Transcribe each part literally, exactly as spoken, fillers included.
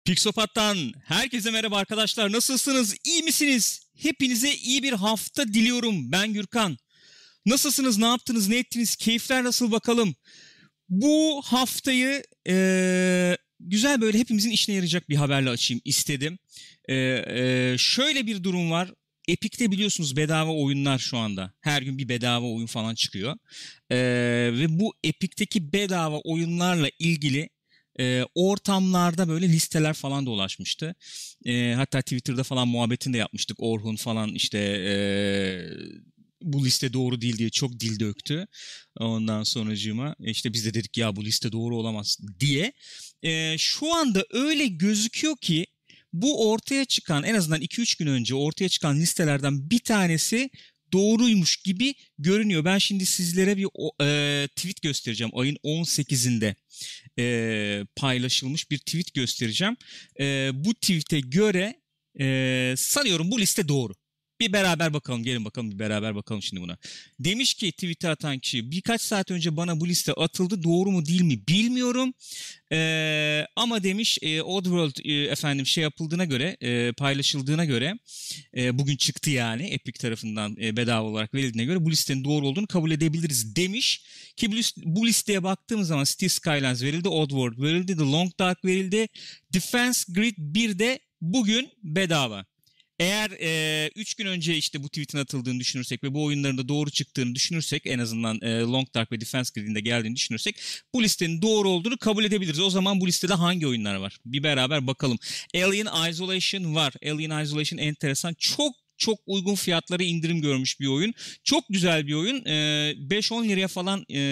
Pixopat'tan herkese merhaba arkadaşlar. Nasılsınız? İyi misiniz? Hepinize iyi bir hafta diliyorum. Ben Gürkan. Nasılsınız? Ne yaptınız? Ne ettiniz? Keyifler nasıl bakalım? Bu haftayı ee, güzel böyle hepimizin işine yarayacak bir haberle açayım istedim. E, e, şöyle bir durum var. Epic'te biliyorsunuz bedava oyunlar şu anda. Her gün bir bedava oyun falan çıkıyor. E, ve bu Epic'teki bedava oyunlarla ilgili E, ortamlarda böyle listeler falan dolaşmıştı. E, hatta Twitter'da falan muhabbetini de yapmıştık. Orhun falan işte e, bu liste doğru değil diye çok dil döktü. Ondan sonracığıma işte biz de dedik ya bu liste doğru olamaz diye. E, şu anda öyle gözüküyor ki bu ortaya çıkan en azından iki üç gün önce ortaya çıkan listelerden bir tanesi doğruymuş gibi görünüyor. Ben şimdi sizlere bir e, tweet göstereceğim. Ayın on sekizinde e, paylaşılmış bir tweet göstereceğim. E, bu tweet'e göre e, sanıyorum bu liste doğru. Bir beraber bakalım, gelin bakalım bir beraber bakalım şimdi buna. Demiş ki tweet'e atan kişi birkaç saat önce bana bu liste atıldı. Doğru mu değil mi bilmiyorum. Ee, ama demiş e, Oddworld e, efendim şey yapıldığına göre e, paylaşıldığına göre e, bugün çıktı yani Epic tarafından e, bedava olarak verildiğine göre bu listenin doğru olduğunu kabul edebiliriz demiş. Ki bu, liste, bu listeye baktığımız zaman Cities Skylines verildi, Oddworld verildi, The Long Dark verildi. Defense Grid bir de bugün bedava. Eğer üç e, gün önce işte bu tweet'in atıldığını düşünürsek ve bu oyunların da doğru çıktığını düşünürsek, en azından e, Long Dark ve Defense Grid'in de geldiğini düşünürsek bu listenin doğru olduğunu kabul edebiliriz. O zaman bu listede hangi oyunlar var? Bir beraber bakalım. Alien Isolation var. Alien Isolation enteresan. Çok çok uygun fiyatlara indirim görmüş bir oyun. Çok güzel bir oyun. E, beş on liraya falan e,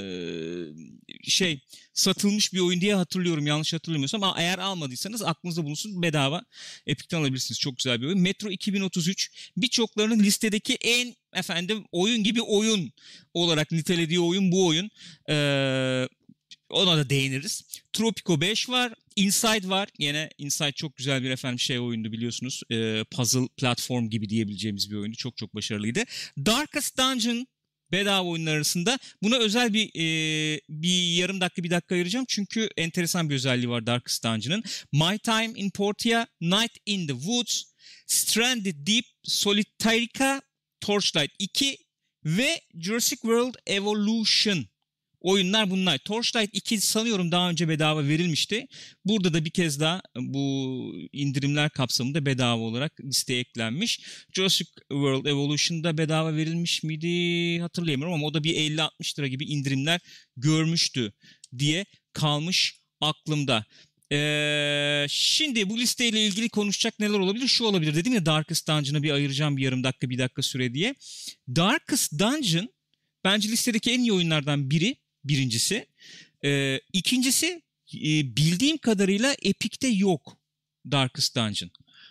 şey satılmış bir oyun diye hatırlıyorum. Yanlış hatırlamıyorsam ama eğer almadıysanız aklınızda bulunsun, bedava Epic'ten alabilirsiniz. Çok güzel bir oyun. Metro iki bin otuz üç birçoklarının listedeki en efendim oyun gibi oyun olarak nitelediği oyun bu oyun. Ee, ona da değiniriz. Tropico beş var. Inside var. Yine Inside çok güzel bir efendim şey oyundu biliyorsunuz. Ee, puzzle platform gibi diyebileceğimiz bir oyundu. Çok çok başarılıydı. Darkest Dungeon bedava oyunlar arasında. Buna özel bir e, bir yarım dakika bir dakika ayıracağım. Çünkü enteresan bir özelliği var Darkest Dungeon'ın. My Time in Portia, Night in the Woods, Stranded Deep, Solitarica, Torchlight iki ve Jurassic World Evolution. Oyunlar bunlar. Torchlight iki sanıyorum daha önce bedava verilmişti. Burada da bir kez daha bu indirimler kapsamında bedava olarak listeye eklenmiş. Jurassic World Evolution'da bedava verilmiş miydi hatırlayamıyorum ama o da bir elli altmış lira gibi indirimler görmüştü diye kalmış aklımda. Ee, şimdi bu listeyle ilgili konuşacak neler olabilir? Şu olabilir dedim ya, Darkest Dungeon'a bir ayıracağım bir yarım dakika bir dakika süre diye. Darkest Dungeon bence listedeki en iyi oyunlardan biri. Birincisi. Ee, ikincisi e, bildiğim kadarıyla Epic'te yok Darkest Dungeon.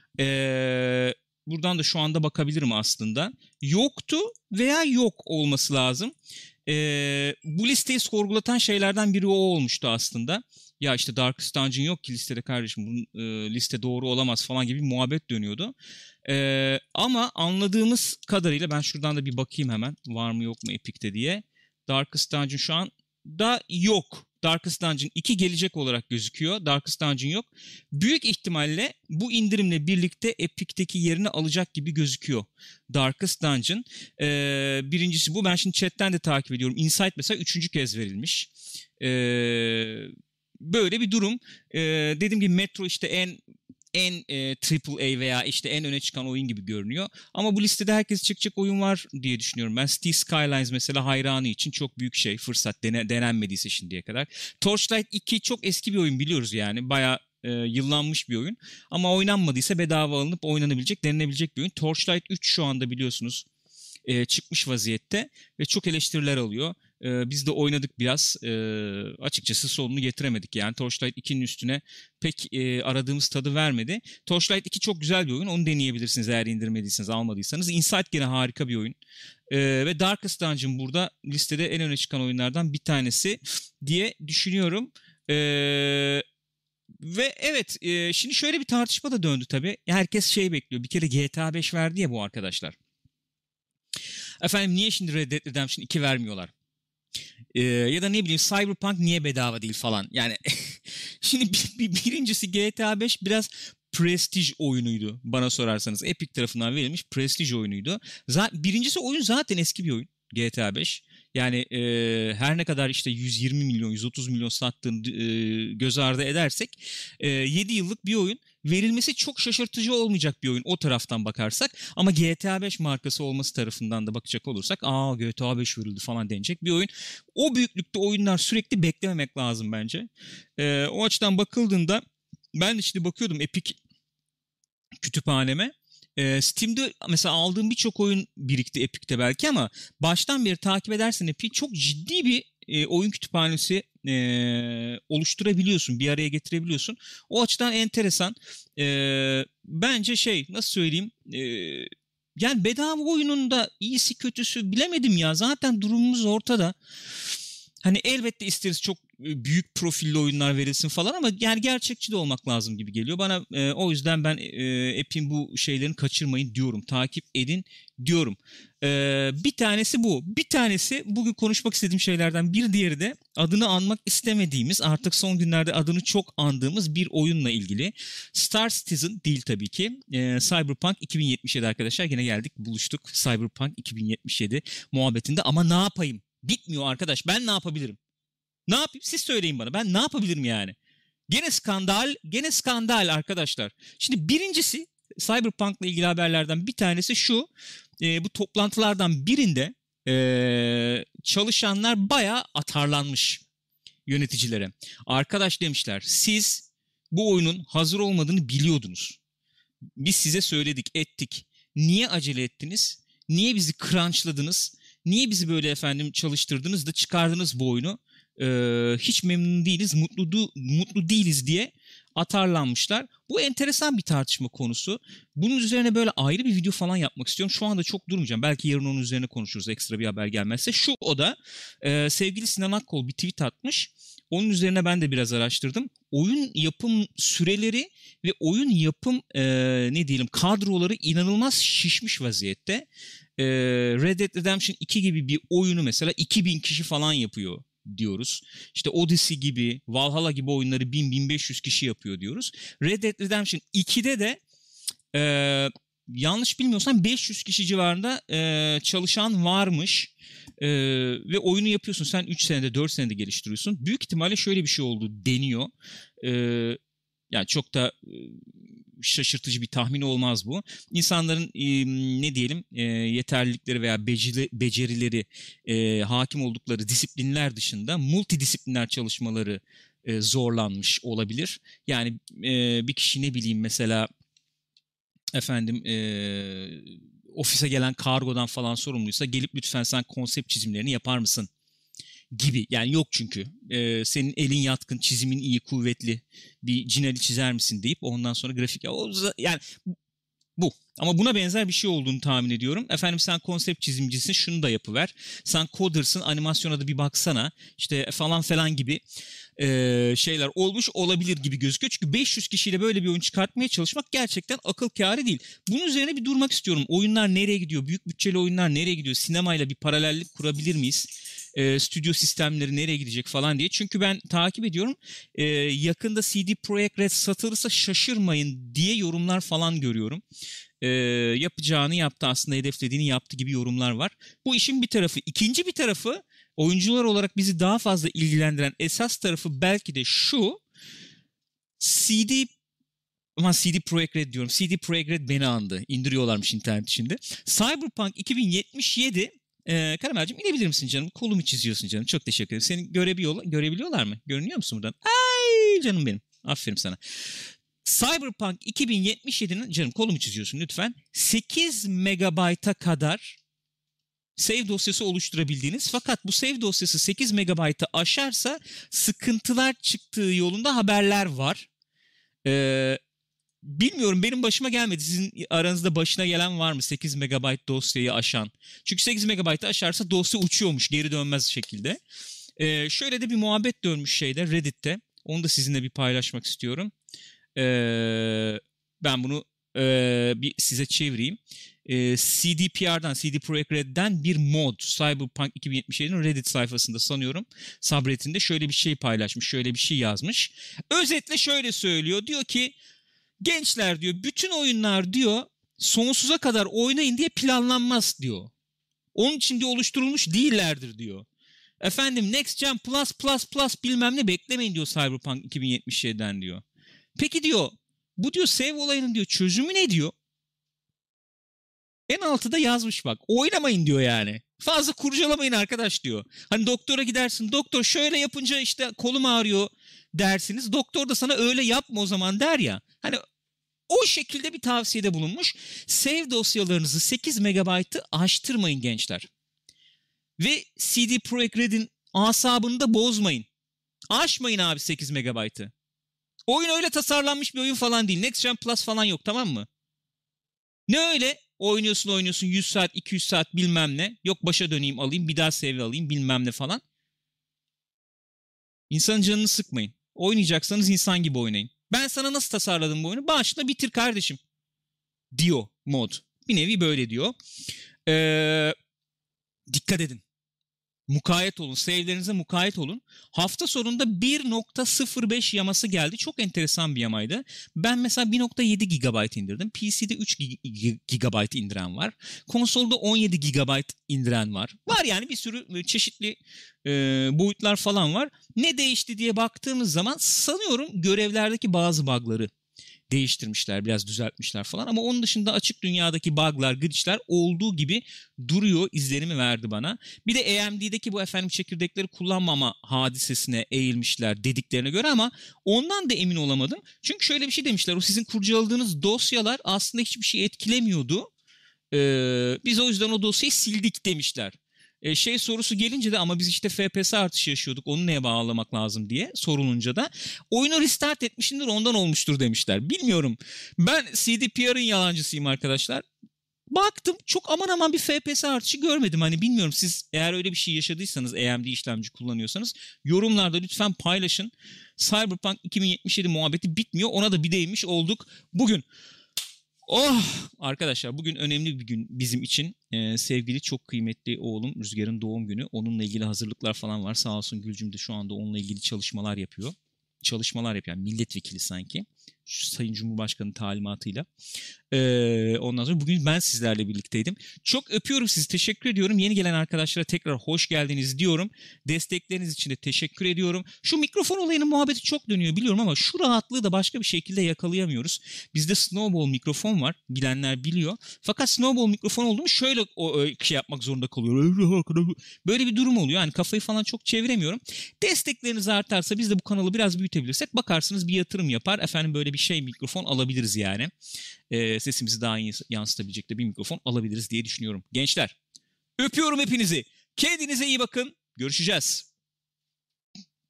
Ee, buradan da şu anda bakabilirim aslında. Yoktu veya yok olması lazım. Ee, bu listeyi sorgulatan şeylerden biri o olmuştu aslında. Ya işte Darkest Dungeon yok ki listede kardeşim. Bu e, liste doğru olamaz falan gibi bir muhabbet dönüyordu. Ee, ama anladığımız kadarıyla ben şuradan da bir bakayım hemen. Var mı yok mu Epic'te diye. Darkest Dungeon şu an da yok. Darkest Dungeon iki gelecek olarak gözüküyor. Darkest Dungeon yok. Büyük ihtimalle bu indirimle birlikte Epic'teki yerini alacak gibi gözüküyor Darkest Dungeon. Ee, birincisi bu. Ben şimdi chatten de takip ediyorum. Inside mesela üçüncü kez verilmiş. Ee, böyle bir durum. Ee, dediğim gibi Metro işte en en e, Triple A veya işte en öne çıkan oyun gibi görünüyor. Ama bu listede herkes çıkacak oyun var diye düşünüyorum. Ben Cities Skylines mesela hayranı için çok büyük şey, fırsat dene, denenmediyse şimdiye kadar. Torchlight iki çok eski bir oyun biliyoruz yani. Bayağı e, yıllanmış bir oyun. Ama oynanmadıysa bedava alınıp oynanabilecek, denilebilecek bir oyun. Torchlight üç şu anda biliyorsunuz e, çıkmış vaziyette ve çok eleştiriler alıyor. Ee, biz de oynadık biraz. Ee, açıkçası sonunu getiremedik. Yani Torchlight ikinin üstüne pek e, aradığımız tadı vermedi. Torchlight iki çok güzel bir oyun. Onu deneyebilirsiniz eğer indirmediyseniz, almadıysanız. Inside gene harika bir oyun. Ee, ve Darkest Dungeon burada listede en öne çıkan oyunlardan bir tanesi diye düşünüyorum. Ee, ve evet e, şimdi şöyle bir tartışma da döndü tabii. Herkes şey bekliyor. Bir kere G T A beş verdi ya bu arkadaşlar. Efendim niye şimdi Red Dead Redemption iki vermiyorlar? Ee, ya da ne bileyim Cyberpunk niye bedava değil falan. Yani şimdi bir, bir, birincisi G T A beş biraz prestij oyunuydu bana sorarsanız. Epic tarafından verilmiş prestij oyunuydu. Z- birincisi oyun zaten eski bir oyun. G T A beş. Yani e, her ne kadar işte yüz yirmi milyon, yüz otuz milyon sattığını e, göz ardı edersek e, yedi yıllık bir oyun. Verilmesi çok şaşırtıcı olmayacak bir oyun o taraftan bakarsak. Ama G T A beş markası olması tarafından da bakacak olursak aa G T A beş verildi falan denecek bir oyun. O büyüklükte oyunlar sürekli beklememek lazım bence. E, o açıdan bakıldığında ben de işte bakıyordum Epic kütüphaneme. Ee, Steam'de mesela aldığım birçok oyun birikti Epic'te belki ama baştan beri takip edersen Epic çok ciddi bir e, oyun kütüphanesi e, oluşturabiliyorsun, bir araya getirebiliyorsun. O açıdan enteresan. E, bence şey nasıl söyleyeyim e, yani bedava oyunun da iyisi kötüsü bilemedim ya. Zaten durumumuz ortada. Hani elbette isteriz çok büyük profilli oyunlar verilsin falan ama yani gerçekçi de olmak lazım gibi geliyor. Bana e, o yüzden ben e, Epic'in bu şeylerini kaçırmayın diyorum. Takip edin diyorum. E, bir tanesi bu. Bir tanesi bugün konuşmak istediğim şeylerden bir diğeri de adını anmak istemediğimiz artık son günlerde adını çok andığımız bir oyunla ilgili. Star Citizen değil tabii ki. E, Cyberpunk iki bin yetmiş yedi arkadaşlar. Yine geldik buluştuk. Cyberpunk iki bin yetmiş yedi muhabbetinde ama ne yapayım? Bitmiyor arkadaş. Ben ne yapabilirim? Ne yapayım? Siz söyleyin bana. Ben ne yapabilirim yani? Gene skandal, gene skandal arkadaşlar. Şimdi birincisi Cyberpunk'la ilgili haberlerden bir tanesi şu. E, bu toplantılardan birinde e, çalışanlar bayağı atarlanmış yöneticilere. Arkadaş demişler, siz bu oyunun hazır olmadığını biliyordunuz. Biz size söyledik, ettik. Niye acele ettiniz? Niye bizi crunchladınız? Niye bizi böyle efendim çalıştırdınız da çıkardınız bu oyunu? Ee, hiç memnun değiliz, mutlu, du- mutlu değiliz diye atarlanmışlar. Bu enteresan bir tartışma konusu. Bunun üzerine böyle ayrı bir video falan yapmak istiyorum. Şu anda çok durmayacağım. Belki yarın onun üzerine konuşuruz ekstra bir haber gelmezse. Şu o da e, sevgili Sinan Akkol bir tweet atmış. Onun üzerine ben de biraz araştırdım. Oyun yapım süreleri ve oyun yapım e, ne diyelim kadroları inanılmaz şişmiş vaziyette. E, Red Dead Redemption iki gibi bir oyunu mesela iki bin kişi falan yapıyor diyoruz. İşte Odyssey gibi, Valhalla gibi oyunları bin bin beş yüz kişi yapıyor diyoruz. Red Dead Redemption ikide de e, yanlış bilmiyorsam beş yüz kişi civarında e, çalışan varmış. E, ve oyunu yapıyorsun. Sen üç senede, dört senede geliştiriyorsun. Büyük ihtimalle şöyle bir şey oldu deniyor. E, yani çok da e, şaşırtıcı bir tahmin olmaz bu. İnsanların e, ne diyelim e, yeterlilikleri veya beceri, becerileri e, hakim oldukları disiplinler dışında multidisipliner çalışmaları e, zorlanmış olabilir. Yani e, bir kişi ne bileyim mesela efendim e, ofise gelen kargodan falan sorumluysa gelip lütfen sen konsept çizimlerini yapar mısın gibi. Yani yok çünkü. Ee, senin elin yatkın, çizimin iyi, kuvvetli. Bir Cinali çizer misin deyip ondan sonra grafik. O, yani bu. Ama buna benzer bir şey olduğunu tahmin ediyorum. Efendim sen konsept çizimcisin, şunu da yapıver. Sen coders'ın, animasyona da bir baksana. İşte falan falan gibi e, şeyler olmuş olabilir gibi gözüküyor. Çünkü beş yüz kişiyle böyle bir oyun çıkartmaya çalışmak gerçekten akıl kârı değil. Bunun üzerine bir durmak istiyorum. Oyunlar nereye gidiyor? Büyük bütçeli oyunlar nereye gidiyor? Sinemayla bir paralellik kurabilir miyiz? E, stüdyo sistemleri nereye gidecek falan diye. Çünkü ben takip ediyorum. E, yakında C D Projekt Red satılırsa şaşırmayın diye yorumlar falan görüyorum. E, yapacağını yaptı aslında hedeflediğini yaptı gibi yorumlar var. Bu işin bir tarafı. İkinci bir tarafı oyuncular olarak bizi daha fazla ilgilendiren esas tarafı belki de şu. C D ama C D Projekt Red diyorum. C D Projekt Red beni andı. İndiriyorlarmış internet içinde. Cyberpunk iki bin yetmiş yedi Ee, Karamel'cim inebilir misin canım? Kolumu çiziyorsun canım. Çok teşekkür ederim. Seni görebiliyor, görebiliyorlar mı? Görünüyor musun buradan? Ay canım benim. Aferin sana. Cyberpunk iki bin yetmiş yedinin canım kolumu çiziyorsun lütfen. sekiz megabayta kadar save dosyası oluşturabildiğiniz fakat bu save dosyası sekiz megabaytı aşarsa sıkıntılar çıktığı yolunda haberler var. Ee, Bilmiyorum benim başıma gelmedi. Sizin aranızda başına gelen var mı sekiz megabayt dosyayı aşan? Çünkü sekiz megabaytı aşarsa dosya uçuyormuş geri dönmez şekilde. Ee, şöyle de bir muhabbet dönmüş şeyde Reddit'te. Onu da sizinle bir paylaşmak istiyorum. Ee, ben bunu e, bir size çevireyim. e, C D P R'dan, C D Projekt Red'den bir mod. Cyberpunk iki bin yetmiş yedi'nin Reddit sayfasında sanıyorum subreddit'inde şöyle bir şey paylaşmış, şöyle bir şey yazmış. Özetle şöyle söylüyor. Diyor ki gençler diyor bütün oyunlar diyor sonsuza kadar oynayın diye planlanmaz diyor. Onun için diye oluşturulmuş değillerdir diyor. Efendim Next Gen Plus Plus Plus bilmem ne beklemeyin diyor Cyberpunk iki bin yetmiş yedi'den diyor. Peki diyor bu diyor save olayının diyor çözümü ne diyor? En altıda yazmış bak. Oynamayın diyor yani. Fazla kurcalamayın arkadaş diyor. Hani doktora gidersin. Doktor şöyle yapınca işte kolum ağrıyor dersiniz. Doktor da sana öyle yapma o zaman der ya. Hani o şekilde bir tavsiyede bulunmuş. Save dosyalarınızı sekiz megabaytı aştırmayın gençler. Ve C D Projekt Red'in asabını da bozmayın. Aşmayın abi sekiz megabaytı. Oyun öyle tasarlanmış bir oyun falan değil. Next Gen Plus falan yok, tamam mı? Ne öyle oynuyorsun oynuyorsun yüz saat iki yüz saat bilmem ne. Yok başa döneyim alayım bir daha save alayım bilmem ne falan. İnsanın canını sıkmayın. Oynayacaksanız insan gibi oynayın. Ben sana nasıl tasarladım bu oyunu? Başla bitir kardeşim. Diyor mod. Bir nevi böyle diyor. Ee, dikkat edin. Mukayyet olun. Save'lerinize mukayyet olun. Hafta sonunda bir nokta sıfır beş yaması geldi. Çok enteresan bir yamaydı. Ben mesela bir nokta yedi gigabayt indirdim. P C'de üç gigabayt indiren var. Konsolda on yedi gigabayt indiren var. Var yani bir sürü çeşitli e, boyutlar falan var. Ne değişti diye baktığımız zaman sanıyorum görevlerdeki bazı bug'ları değiştirmişler, biraz düzeltmişler falan ama onun dışında açık dünyadaki bug'lar, glitch'ler olduğu gibi duruyor, izlenimi verdi bana. Bir de A M D'deki bu efendim çekirdekleri kullanmama hadisesine eğilmişler dediklerine göre ama ondan da emin olamadım. Çünkü şöyle bir şey demişler, o sizin kurcaladığınız dosyalar aslında hiçbir şey etkilemiyordu. Ee, biz o yüzden o dosyayı sildik demişler. E, şey sorusu gelince de ama biz işte F P S artışı yaşıyorduk onu neye bağlamak lazım diye sorulunca da oyunu restart etmişindir ondan olmuştur demişler. Bilmiyorum. Ben C D P R'ın yalancısıyım arkadaşlar. Baktım çok aman aman bir F P S artışı görmedim. Hani bilmiyorum siz eğer öyle bir şey yaşadıysanız A M D işlemci kullanıyorsanız yorumlarda lütfen paylaşın. Cyberpunk iki bin yetmiş yedi muhabbeti bitmiyor. Ona da bir değinmiş olduk bugün. Oh arkadaşlar bugün önemli bir gün bizim için. Ee, sevgili çok kıymetli oğlum Rüzgar'ın doğum günü. Onunla ilgili hazırlıklar falan var. Sağ olsun Gülcüm de şu anda onunla ilgili çalışmalar yapıyor. Çalışmalar yapıyor. Yani milletvekili sanki. Şu Sayın Cumhurbaşkanı talimatıyla. Ee, ondan sonra bugün ben sizlerle birlikteydim. Çok öpüyorum sizi. Teşekkür ediyorum. Yeni gelen arkadaşlara tekrar hoş geldiniz diyorum. Destekleriniz için de teşekkür ediyorum. Şu mikrofon olayının muhabbeti çok dönüyor biliyorum ama şu rahatlığı da başka bir şekilde yakalayamıyoruz. Bizde Snowball mikrofon var. Bilenler biliyor. Fakat Snowball mikrofon olduğumu şöyle o, şey yapmak zorunda kalıyor. Böyle bir durum oluyor. Yani kafayı falan çok çeviremiyorum. Destekleriniz artarsa biz de bu kanalı biraz büyütebilirsek bakarsınız bir yatırım yapar. Efendim böyle bir şey mikrofon alabiliriz yani. Ee, sesimizi daha iyi yansıtabilecek de bir mikrofon alabiliriz diye düşünüyorum. Gençler öpüyorum hepinizi. Kendinize iyi bakın. Görüşeceğiz.